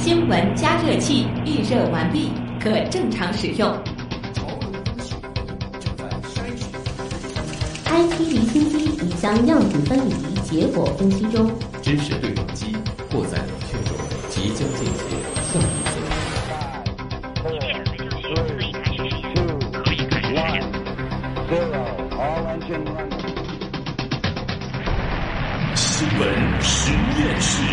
新闻加热器预热完毕，可正常使用。 IT 离心机已将样子分离，结果分析中。 知识对撞机或在冷却中，即将进行下一次。 一切准备就绪，可以开始实验。可以开始实验。 新闻实验室。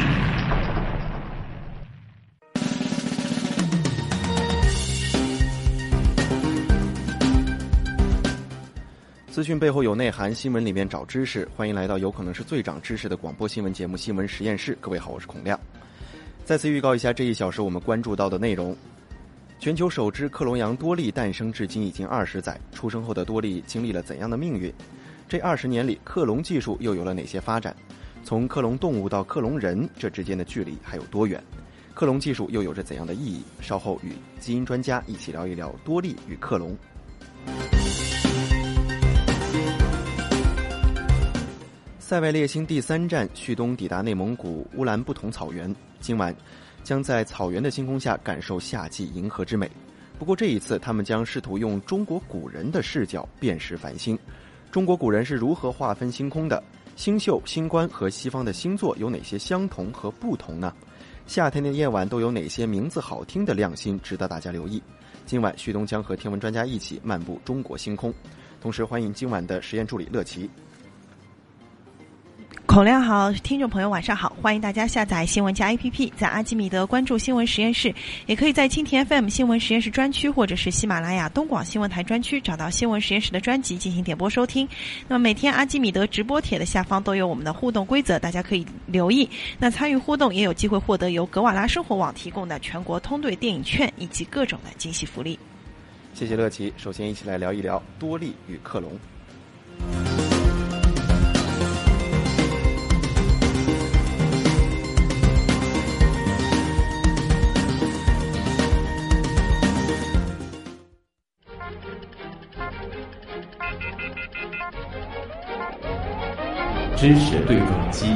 资讯背后有内涵，新闻里面找知识。欢迎来到有可能是最长知识的广播新闻节目《新闻实验室》。各位好，我是孔亮。再次预告一下这一小时我们关注到的内容。全球首只克隆羊多利诞生至今已经20载，出生后的多利经历了怎样的命运？这20年里，克隆技术又有了哪些发展？从克隆动物到克隆人，这之间的距离还有多远？克隆技术又有着怎样的意义？稍后与基因专家一起聊一聊多利与克隆。塞外猎星第3站旭东抵达内蒙古乌兰布统草原，今晚将在草原的星空下感受夏季银河之美。不过这一次他们将试图用中国古人的视角辨识繁星。中国古人是如何划分星空的？星宿、星官和西方的星座有哪些相同和不同呢？夏天的夜晚都有哪些名字好听的亮星值得大家留意？今晚旭东将和天文专家一起漫步中国星空，同时欢迎今晚的实验助理乐琪。 孔亮好，听众朋友晚上好，欢迎大家下载新闻加 APP， 在阿基米德关注新闻实验室，也可以在蜻蜓 FM 新闻实验室专区或者是喜马拉雅东广新闻台专区找到新闻实验室的专辑进行点播收听。那么每天阿基米德直播帖的下方都有我们的互动规则，大家可以留意。那参与互动也有机会获得由格瓦拉生活网提供的全国通兑电影券以及各种的惊喜福利。 谢谢乐琪。首先一起来聊一聊多利与克隆。 知识对撞机。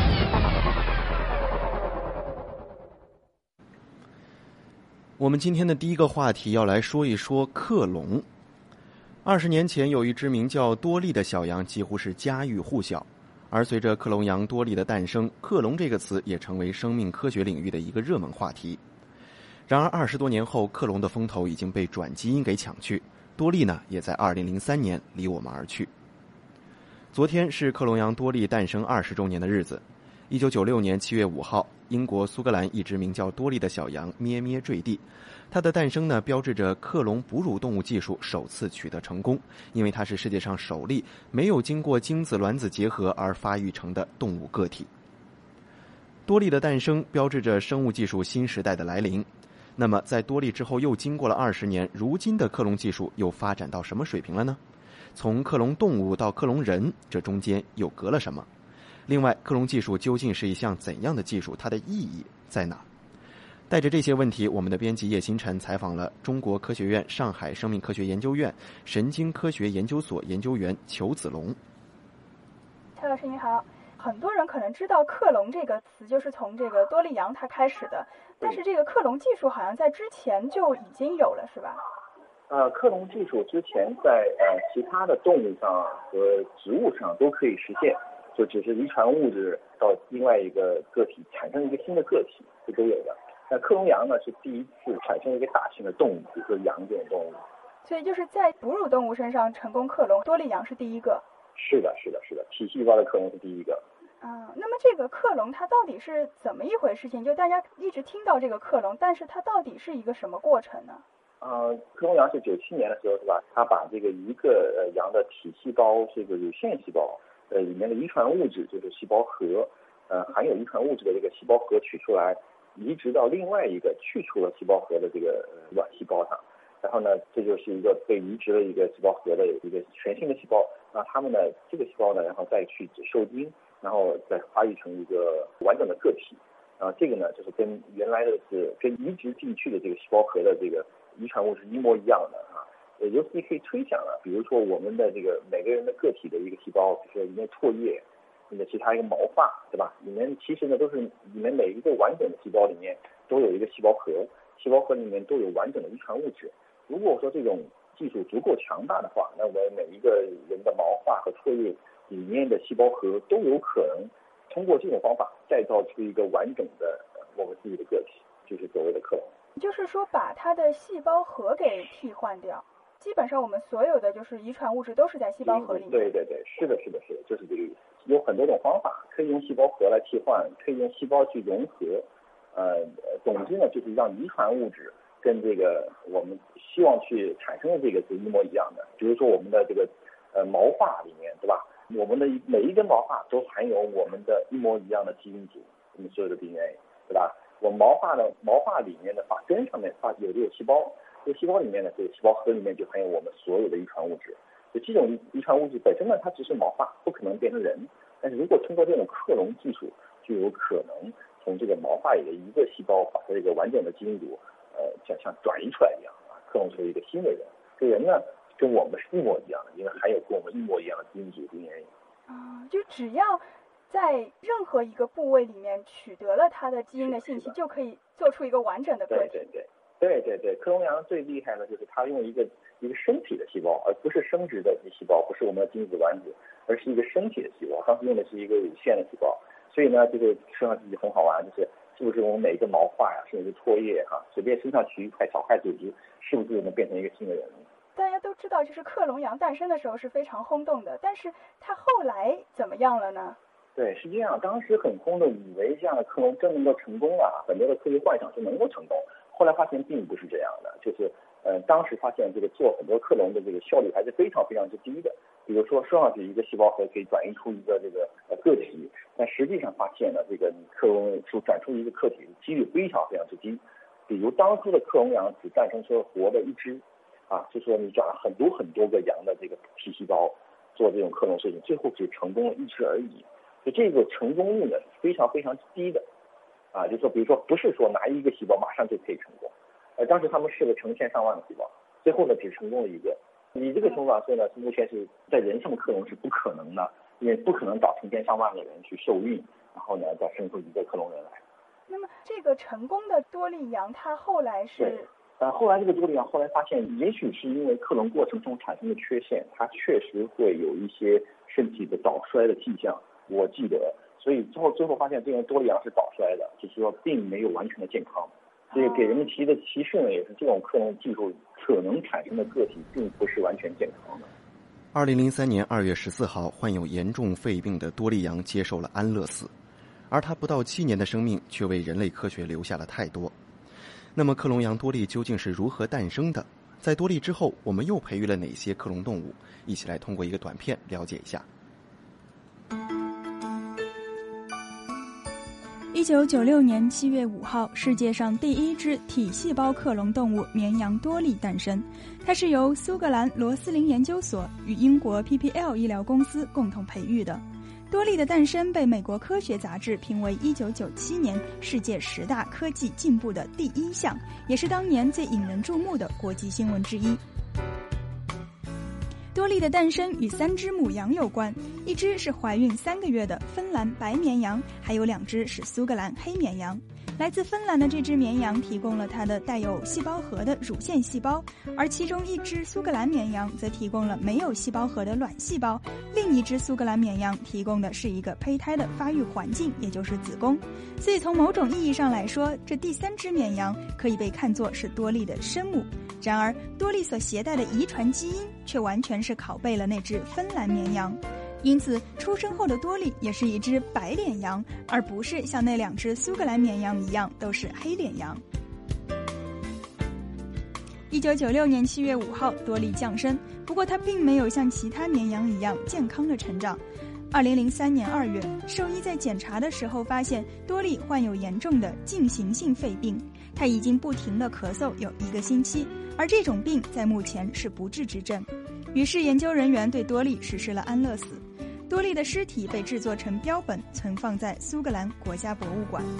我们今天的第一个话题要来说一说克隆。20年前，有一只名叫多利的小羊几乎是家喻户晓，而随着克隆羊多利的诞生，克隆这个词也成为生命科学领域的一个热门话题。然而20多年后，克隆的风头已经被转基因给抢去，多利呢，也在2003年离我们而去。昨天是克隆羊多利诞生20周年的日子。1996年7月5号，英国苏格兰一只名叫多利的小羊咩咩坠地。它的诞生呢，标志着克隆哺乳动物技术首次取得成功，因为它是世界上首例没有经过精子卵子结合而发育成的动物个体。多利的诞生标志着生物技术新时代的来临。那么在多利之后又经过了20年，如今的克隆技术又发展到什么水平了呢？从克隆动物到克隆人，这中间又隔了什么？另外，克隆技术究竟是一项怎样的技术？它的意义在哪？带着这些问题，我们的编辑叶星辰采访了中国科学院上海生命科学研究院神经科学研究所研究员裘子龙。 蔡老师你好，很多人可能知道克隆这个词就是从这个多利羊它开始的，但是这个克隆技术好像在之前就已经有了，是吧？ 克隆技术之前在其他的动物上和植物上都可以实现，就只是遗传物质到另外一个个体产生一个新的个体，这都有的。那克隆羊呢是第一次产生一个大型的动物，比如说羊这种动物。 所以就是在哺乳动物身上成功克隆，多利羊是第一个。 是的，体细胞的克隆是第一个。 那么这个克隆它到底是怎么一回事情？就大家一直听到这个克隆，但是它到底是一个什么过程呢？ 克隆羊是97年的时候是吧？他把这个一个羊的体细胞这个乳腺细胞里面的遗传物质，就是细胞核含有遗传物质的这个细胞核取出来，移植到另外一个去除了细胞核的这个卵细胞上，然后呢，这就是一个被移植了一个细胞核的一个全新的细胞。那他们呢，这个细胞呢，然后再去受精，然后再发育成一个完整的个体。这个呢，就是跟原来的是跟移植进去的这个细胞核的这个遗传物是一模一样的啊。由此可以推想了，比如说我们的这个每个人的个体的一个细胞，比如说里面唾液，你的其他一个毛发，对吧？里面其实呢都是里面每一个完整的细胞里面都有一个细胞核，细胞核里面都有完整的遗传物质。如果说这种技术足够强大的话，那我们每一个人的毛发和唾液里面的细胞核都有可能通过这种方法再造出一个完整的我们自己的个体，就是所谓的克隆。 就是说把它的细胞核给替换掉，基本上我们所有的就是遗传物质都是在细胞核里面。 对，是的，就是这个意思。有很多种方法，可以用细胞核来替换，可以用细胞去融合。总之呢，就是让遗传物质跟这个我们希望去产生的这个是一模一样的。比如说我们的这个毛发里面，对吧？我们的每一根毛发都含有我们的一模一样的基因组，我们所有的 DNA， 对吧？我们毛发里面的发根上面有细胞，这个细胞里面呢，这个细胞核里面就含有我们所有的遗传物质。就这种遗传物质本身呢，它只是毛发，不可能变成人。但是如果通过这种克隆技术，就有可能从这个毛发里的一个细胞，把它这个完整的基因组，像转移出来一样啊，克隆出一个新的人。这人呢，跟我们是一模一样的，因为含有跟我们一模一样的基因组 DNA。 就只要在任何一个部位里面取得了它的基因的信息，就可以做出一个完整的个体。 对，克隆羊最厉害的就是它用一个身体的细胞，而不是生殖的细胞，不是我们的精子卵子，而是一个身体的细胞。当时用的是一个乳腺的细胞，所以呢，这个生上去很好玩，是不是我们每一个毛发呀，甚至是唾液随便身上取一块小块组织，是不是能变成一个新的人？ 大家都知道，就是克隆羊诞生的时候是非常轰动的，但是它后来怎么样了呢？ 对，是这样，当时很轰动，以为这样的克隆真能够成功啊，很多的科学幻想就能够成功。后来发现并不是这样的，就是当时发现这个做很多克隆的这个效率还是非常非常之低的。比如说说上去一个细胞核可以转移出一个这个个体，但实际上发现了这个你克隆出转出一个个体的几率非常非常之低。比如当初的克隆羊只诞生出活的一只就说你转了很多很多个羊的这个体细胞做这种克隆事情，最后只成功了一只而已。就这个成功率呢非常非常低的就说比如说不是说拿一个细胞马上就可以成功，当时他们试了成千上万个细胞，最后呢只成功了一个。以这个情况来说呢，目前是在人上的克隆是不可能的，因为不可能找成千上万个人去受孕，然后呢再生出一个克隆人来。 那么这个成功的多利羊它后来是后来这个多利羊后来发现，也许是因为克隆过程中产生的缺陷，它确实会有一些身体的早衰的迹象，我记得，所以最后发现这个多利羊是早衰的，就是说并没有完全的健康。所以给人们提的提示呢，也是这种克隆技术可能产生的个体并不是完全健康的。 2003年2月14号，患有严重肺病的多利羊接受了安乐死，而他不到7年的生命却为人类科学留下了太多。那么克隆羊多利究竟是如何诞生的？在多利之后，我们又培育了哪些克隆动物？一起来通过一个短片了解一下。 1996年7月5号，世界上第一只体细胞克隆动物绵羊多利诞生。它是由苏格兰罗斯林研究所与英国 PPL 医疗公司共同培育的。多利的诞生被美国科学杂志评为1997年世界10大科技进步的第一项，也是当年最引人注目的国际新闻之一。多利的诞生与3只母羊有关，一只是怀孕3个月的芬兰白绵羊，还有2只是苏格兰黑绵羊。来自芬兰的这只绵羊提供了它的带有细胞核的乳腺细胞，而其中一只苏格兰绵羊则提供了没有细胞核的卵细胞，另一只苏格兰绵羊提供的是一个胚胎的发育环境，也就是子宫。所以从某种意义上来说，这第3只绵羊可以被看作是多利的生母。然而多利所携带的遗传基因却完全是拷贝了那只芬兰绵羊，因此出生后的多利也是一只白脸羊，而不是像那2只苏格兰绵羊一样都是黑脸羊。1996年7月5号，多利降生，不过它并没有像其他绵羊一样健康的成长。2003年2月，兽医在检查的时候发现多利患有严重的进行性肺病，他已经不停地咳嗽有1个星期，而这种病在目前是不治之症。于是研究人员对多利实施了安乐死。多利的尸体被制作成标本，存放在苏格兰国家博物馆。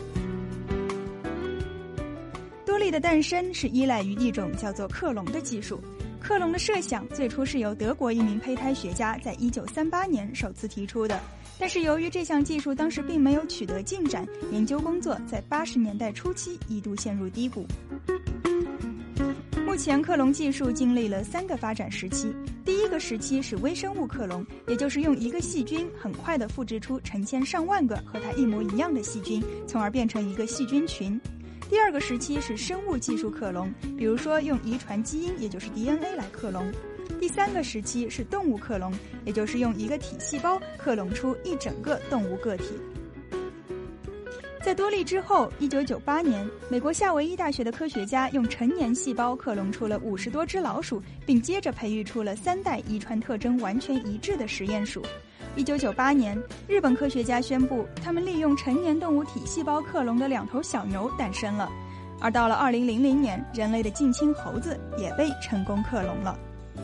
多利的诞生是依赖于一种叫做克隆的技术。克隆的设想最初是由德国一名胚胎学家在1938年首次提出的。 但是由于这项技术当时并没有取得进展，研究工作在80年代初期一度陷入低谷。目前克隆技术经历了3个发展时期。第一个时期是微生物克隆，也就是用一个细菌很快地复制出成千上万个和它一模一样的细菌，从而变成一个细菌群。第二个时期是生物技术克隆，比如说用遗传基因，也就是 DNA 来克隆。第3个时期是动物克隆，也就是用一个体细胞克隆出一整个动物个体。在多利之后，1998年，美国夏威夷大学的科学家用成年细胞克隆出了50多只老鼠，并接着培育出了3代遗传特征完全一致的实验鼠。1998年，日本科学家宣布，他们利用成年动物体细胞克隆的2头小牛诞生了。而到了2000年，人类的近亲猴子也被成功克隆了。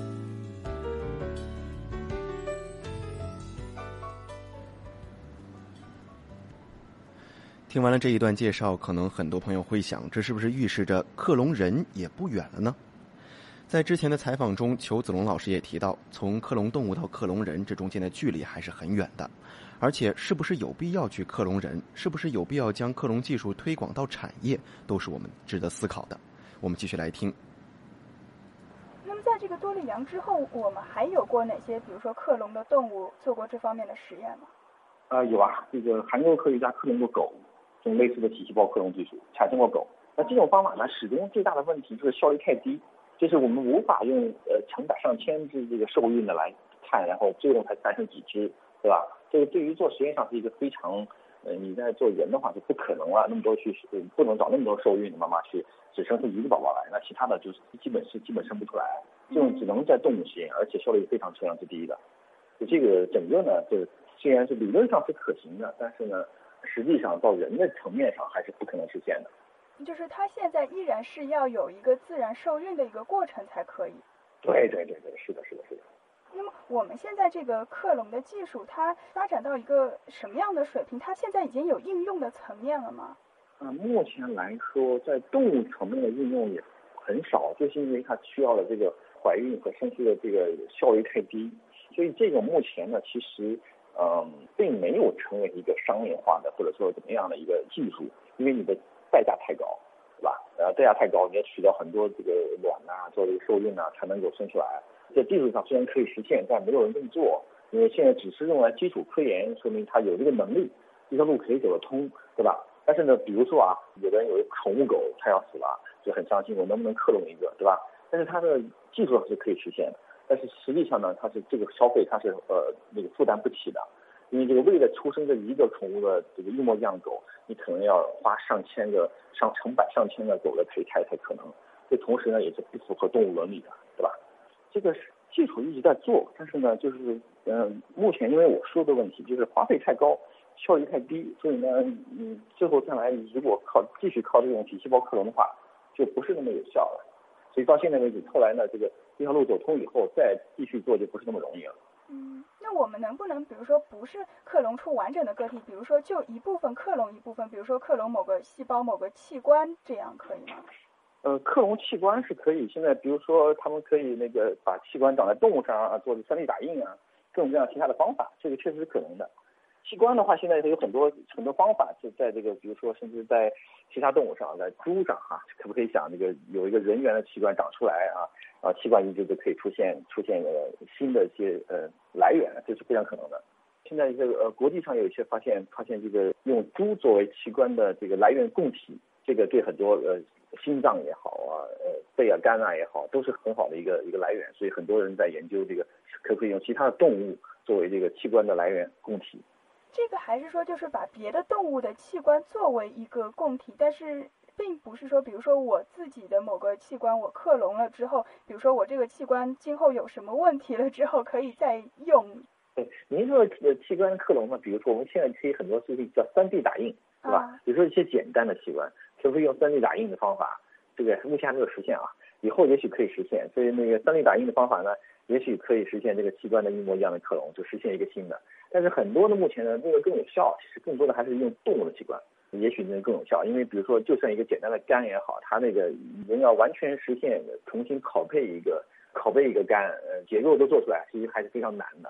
听完了这一段介绍，可能很多朋友会想，这是不是预示着克隆人也不远了呢？在之前的采访中，裘子龙老师也提到，从克隆动物到克隆人，这中间的距离还是很远的。而且，是不是有必要去克隆人，是不是有必要将克隆技术推广到产业，都是我们值得思考的。我们继续来听。 那么，在这个多利羊之后，我们还有过哪些，比如说克隆的动物做过这方面的实验吗？ 有啊，这个韩国科学家克隆过狗，这种类似的体细胞克隆技术产生过狗。那这种方法呢，始终最大的问题就是效率太低，就是我们无法用成百上千只这个受孕的来看，然后最终才诞生几只，对吧？这个对于做实验上是一个非常你在做人的话就不可能了，那么多去不能找那么多受孕的妈妈去只生出一个宝宝来，那其他的就是基本生不出来，这种只能在动物实验，而且效率非常车辆之低的。就这个整个呢，就虽然是理论上是可行的，但是呢，实际上到人的层面上还是不可能实现的。 就是它现在依然是要有一个自然受孕的一个过程才可以。 对，是的。 那么我们现在这个克隆的技术，它发展到一个什么样的水平？它现在已经有应用的层面了吗？ 目前来说，在动物层面的应用也很少，就是因为它需要的这个怀孕和生育的这个效率太低，所以这个目前呢，其实并没有成为一个商业化的或者说怎么样的一个技术，因为你的代价太高，对吧？代价太高，你要取掉很多这个卵啊，做这个受孕啊，才能够生出来。在技术上虽然可以实现，但没有人这么做，因为现在只是用来基础科研，说明它有这个能力，这条路可以走得通，对吧？但是呢，比如说有的人有一宠物狗，它要死了，就很伤心，我能不能克隆一个，对吧？但是它的技术上是可以实现的，但是实际上呢，它是这个消费它是那个负担不起的，因为这个为了出生这一个宠物的这个一模一样的狗，你可能要花成百上千个狗的胚胎才可能，这同时呢也是不符合动物伦理的，对吧？这个技术一直在做，但是呢，就是目前因为我说的问题就是花费太高，效率太低，所以呢，最后看来如果继续靠这种体细胞克隆的话，就不是那么有效了。所以到现在为止，后来呢，这条路走通以后，再继续做就不是那么容易了。 那我们能不能，比如说不是克隆出完整的个体，比如说就一部分克隆一部分，比如说克隆某个细胞、某个器官，这样可以吗？ 克隆器官是可以，现在比如说他们可以那个把器官长在动物上啊，做3D 打印啊，各种各样其他的方法，这个确实是可能的。器官的话，现在有很多方法，就在这个比如说甚至在其他动物上，在猪上可不可以想这个有一个人源的器官长出来器官移植就可以出现新的一些来源，这是非常可能的。现在这个国际上有一些发现这个用猪作为器官的这个来源供体，这个对很多心脏也好肺啊肝啊也好，都是很好的一个来源，所以很多人在研究这个可不可以用其他的动物作为这个器官的来源供体。 这个还是说就是把别的动物的器官作为一个供体，但是并不是说比如说我自己的某个器官我克隆了之后，比如说我这个器官今后有什么问题了之后可以再用。 对，您说器官克隆呢，比如说我们现在可以很多事情叫3D 打印，是吧？比如说一些简单的器官可不可以用3D 打印的方法，这个目前还没有实现以后也许可以实现。所以那个3D 打印的方法呢，也许可以实现这个器官的一模一样的克隆，就实现一个新的。但是很多的目前呢，这个更有效，其实更多的还是用动物的器官，也许能更有效。因为比如说就算一个简单的肝也好，它那个人要完全实现重新拷贝一个肝，结构都做出来，其实还是非常难的。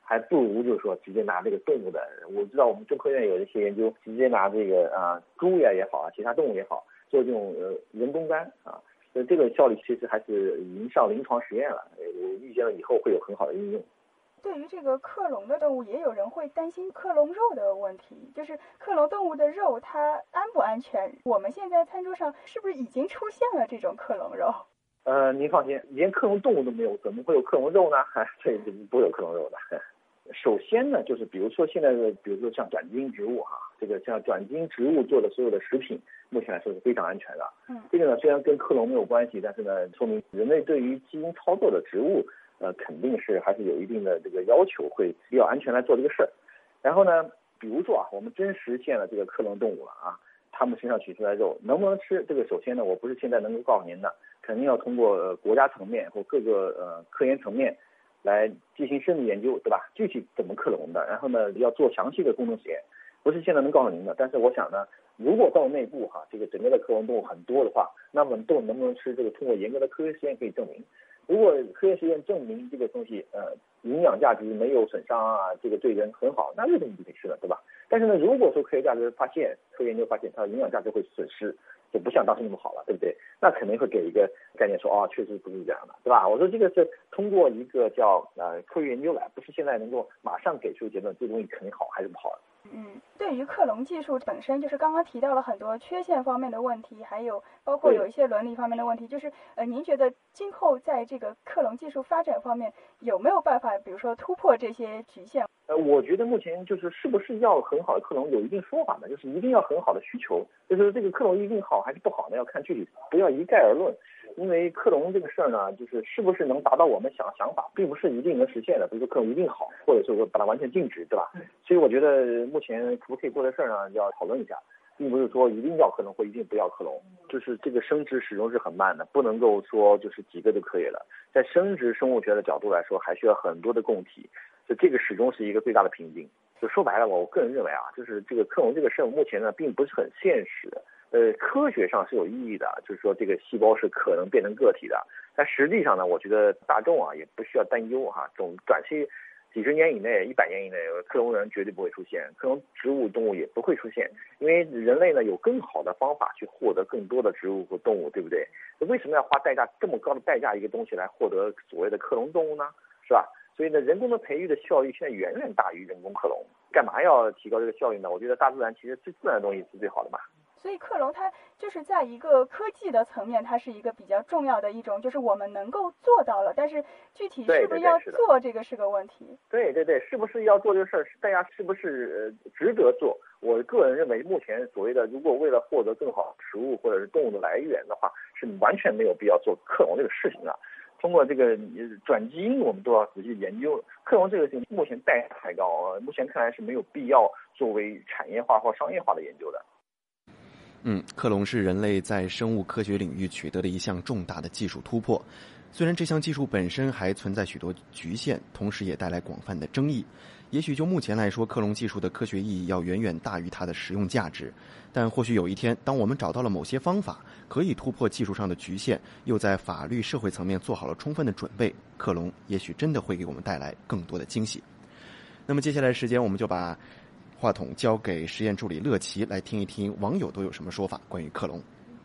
还不如就是说直接拿这个动物的。我知道我们中科院有一些研究，直接拿这个猪呀也好啊，其他动物也好，做这种人工肝啊，所以这个效率其实还是已经上临床实验了。我预见了以后会有很好的应用。 对于这个克隆的动物，也有人会担心克隆肉的问题，就是克隆动物的肉它安不安全？我们现在餐桌上是不是已经出现了这种克隆肉？ 您放心，连克隆动物都没有，怎么会有克隆肉呢？所以不会有克隆肉的。首先呢，就是比如说现在的，比如说像转基因植物这个像转基因植物做的所有的食品，目前来说是非常安全的。这个呢虽然跟克隆没有关系，但是呢说明人类对于基因操作的植物肯定是还是有一定的这个要求，会比较安全来做这个事儿。然后呢，比如说我们真实现了这个克隆动物了他们身上取出来肉能不能吃？这个首先呢，我不是现在能够告诉您的，肯定要通过国家层面或各个科研层面来进行深入研究，对吧？具体怎么克隆的，然后呢要做详细的工程实验，不是现在能告诉您的。但是我想呢，如果到内部这个整个的克隆动物很多的话，那么动物能不能吃？这个通过严格的科学实验可以证明。如果科学实验证明这个东西营养价值没有损伤这个对人很好，那这个东西就可以吃了，对吧？但是呢，如果说科学家发现科研究发现它的营养价值会损失，就不像当时那么好了，对不对？那肯定会给一个概念说确实不是这样的，对吧？我说这个是通过一个叫科学研究来，不是现在能够马上给出结论，这东西肯定好还是不好的。 对于克隆技术本身，就是刚刚提到了很多缺陷方面的问题，还有包括有一些伦理方面的问题，就是您觉得今后在这个克隆技术发展方面有没有办法，比如说突破这些局限？ 我觉得目前是不是要很好的克隆有一定说法的，就是一定要很好的需求，就是这个克隆一定好还是不好呢？要看具体，不要一概而论。因为克隆这个事儿呢，是不是能达到我们想法，并不是一定能实现的。比如说克隆一定好，或者说把它完全禁止，对吧？所以我觉得目前可不可以做的事儿呢，要讨论一下，并不是说一定要克隆或一定不要克隆。就是这个生殖始终是很慢的，不能够说就是几个就可以了。在生殖生物学的角度来说，还需要很多的供体，就这个始终是一个最大的瓶颈。就说白了，我个人认为就是这个克隆这个事儿目前呢，并不是很现实。科学上是有意义的，就是说这个细胞是可能变成个体的，但实际上呢，我觉得大众也不需要担忧短期几十年以内、100年以内，克隆人绝对不会出现，克隆植物、动物也不会出现，因为人类呢有更好的方法去获得更多的植物和动物，对不对？为什么要花这么高的代价一个东西来获得所谓的克隆动物呢？是吧？所以呢，人工的培育的效率现在远远大于人工克隆，干嘛要提高这个效率呢？我觉得大自然其实最自然的东西是最好的嘛。 所以克隆它就是在一个科技的层面，它是一个比较重要的一种，就是我们能够做到了，但是具体是不是要做这个是个问题。 对，是不是要做这个事儿，大家是不是值得做？我个人认为，目前所谓的如果为了获得更好的食物或者是动物的来源的话，是完全没有必要做克隆这个事情的。通过这个转基因，我们都要仔细研究。克隆这个事情目前代价太高，目前看来是没有必要作为产业化或商业化的研究的。 克隆是人类在生物科学领域取得的一项重大的技术突破。虽然这项技术本身还存在许多局限，同时也带来广泛的争议。也许就目前来说，克隆技术的科学意义要远远大于它的实用价值。但或许有一天，当我们找到了某些方法，可以突破技术上的局限，又在法律社会层面做好了充分的准备，克隆也许真的会给我们带来更多的惊喜。那么接下来的时间，我们就把话筒交给实验助理乐琪，来听一听网友都有什么说法关于克隆。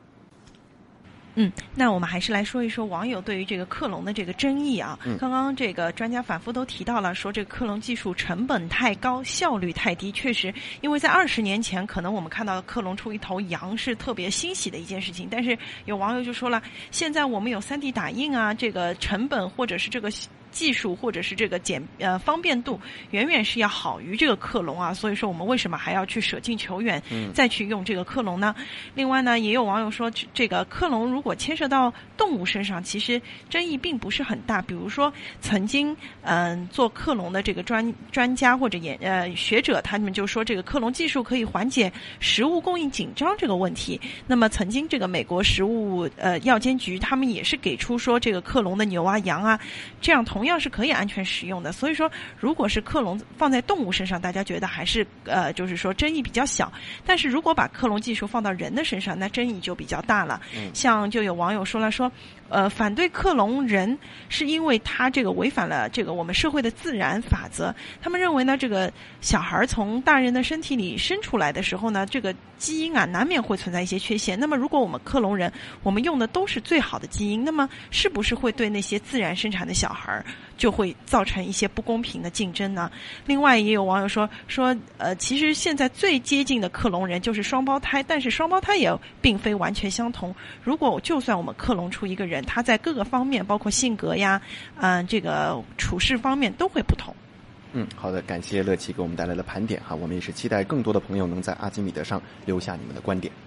那我们还是来说一说网友对于这个克隆的这个争议刚刚这个专家反复都提到了，说这个克隆技术成本太高，效率太低。确实，因为在20年前，可能我们看到克隆出一头羊是特别欣喜的一件事情，但是有网友就说了，现在我们有3D 打印这个成本或者是这个技术或者是这个方便度远远是要好于这个克隆所以说我们为什么还要去舍近求远再去用这个克隆呢？另外呢，也有网友说，这个克隆如果牵涉到动物身上，其实争议并不是很大。比如说曾经做克隆的这个专家或者学者，他们就说这个克隆技术可以缓解食物供应紧张这个问题。那么曾经这个美国食物药监局他们也是给出说，这个克隆的牛羊这样同同样是可以安全使用的。所以说，如果是克隆放在动物身上，大家觉得还是就是说争议比较小。但是如果把克隆技术放到人的身上，那争议就比较大了。像就有网友说了说，反对克隆人是因为他这个违反了这个我们社会的自然法则。他们认为呢，这个小孩从大人的身体里生出来的时候呢，这个基因啊难免会存在一些缺陷。那么如果我们克隆人，我们用的都是最好的基因，那么是不是会对那些自然生产的小孩就会造成一些不公平的竞争呢？另外也有网友说其实现在最接近的克隆人就是双胞胎，但是双胞胎也并非完全相同。如果就算我们克隆出一个人，他在各个方面，包括性格呀，这个处事方面都会不同。 好的，感谢乐琪给我们带来的盘点哈，我们也是期待更多的朋友能在阿基米德上留下你们的观点。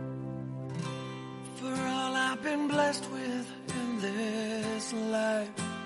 For all I've been blessed with in this life,